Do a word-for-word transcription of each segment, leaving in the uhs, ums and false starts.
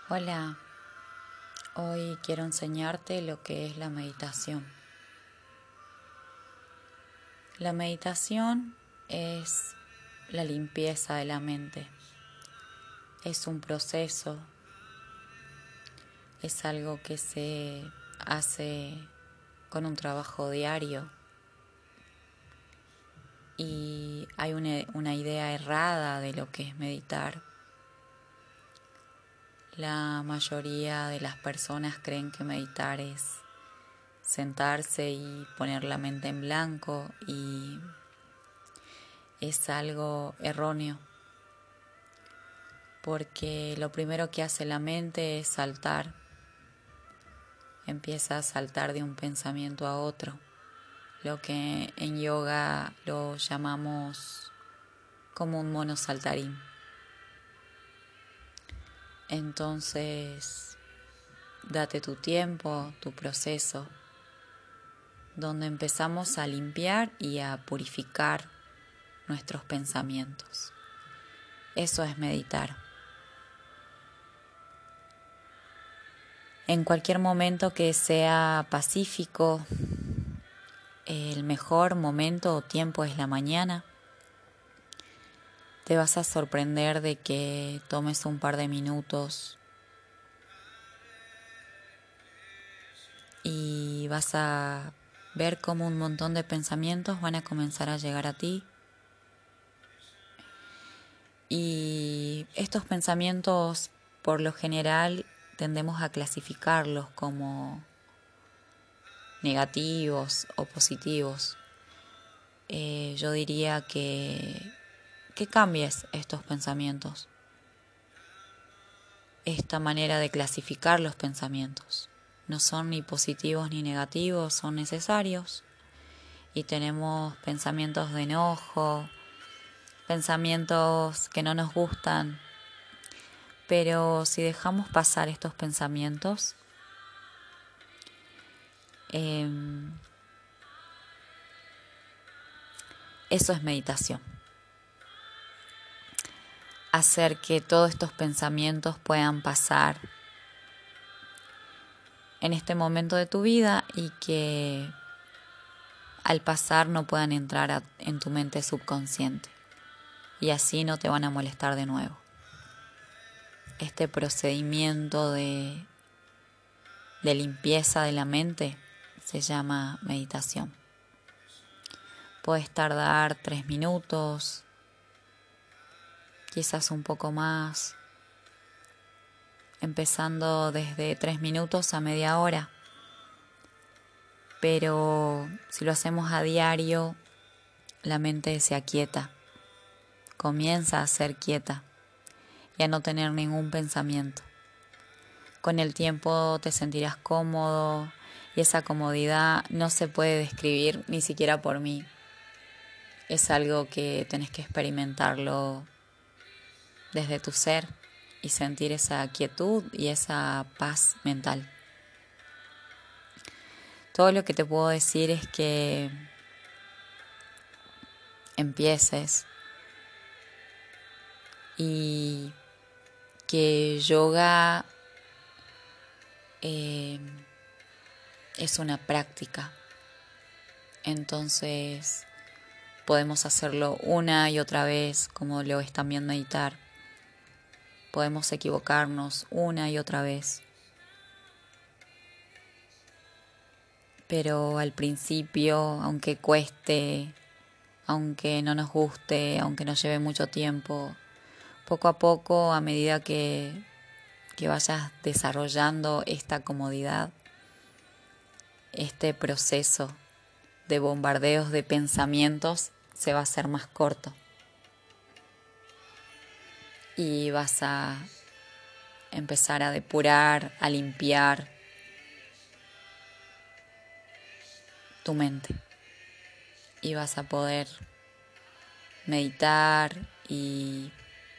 Hola, hoy quiero enseñarte lo que es la meditación. La meditación es la limpieza de la mente. Es un proceso, es algo que se hace con un trabajo diario y hay una, una idea errada de lo que es meditar. La mayoría de las personas creen que meditar es sentarse y poner la mente en blanco, y es algo erróneo, porque lo primero que hace la mente es saltar, empieza a saltar de un pensamiento a otro, lo que en yoga lo llamamos como un mono saltarín. Entonces, date tu tiempo, tu proceso, donde empezamos a limpiar y a purificar nuestros pensamientos. Eso es meditar. En cualquier momento que sea pacífico, el mejor momento o tiempo es la mañana. Te vas a sorprender de que tomes un par de minutos y vas a ver cómo un montón de pensamientos van a comenzar a llegar a ti. Y estos pensamientos, por lo general, tendemos a clasificarlos como negativos o positivos. Eh, yo diría que, que cambies estos pensamientos, esta manera de clasificar los pensamientos. No son ni positivos ni negativos, son necesarios. Y tenemos pensamientos de enojo, pensamientos que no nos gustan. Pero si dejamos pasar estos pensamientos, eh, eso es meditación. Hacer que todos estos pensamientos puedan pasar en este momento de tu vida y que al pasar no puedan entrar a, en tu mente subconsciente, y así no te van a molestar de nuevo. Este procedimiento de, de limpieza de la mente se llama meditación. Puedes tardar tres minutos, quizás un poco más, empezando desde tres minutos a media hora. Pero si lo hacemos a diario, la mente se aquieta, comienza a ser quieta y a no tener ningún pensamiento. Con el tiempo te sentirás cómodo y esa comodidad no se puede describir ni siquiera por mí. Es algo que tenés que experimentarlo desde tu ser y sentir esa quietud y esa paz mental. Todo lo que te puedo decir es que empieces y que yoga eh, es una práctica. Entonces podemos hacerlo una y otra vez, como lo es también meditar. Podemos equivocarnos una y otra vez. Pero al principio, aunque cueste, aunque no nos guste, aunque nos lleve mucho tiempo, poco a poco, a medida que, que vayas desarrollando esta comodidad, este proceso de bombardeos de pensamientos se va a hacer más corto. Y vas a empezar a depurar, a limpiar tu mente. Y vas a poder meditar y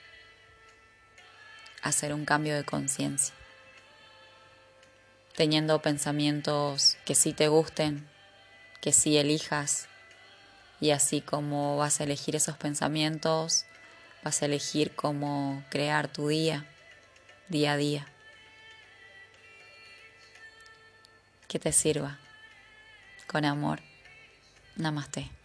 hacer un cambio de conciencia, teniendo pensamientos que sí te gusten, que sí elijas, y así como vas a elegir esos pensamientos, vas a elegir cómo crear tu día, día a día. Que te sirva. Con amor. Namaste.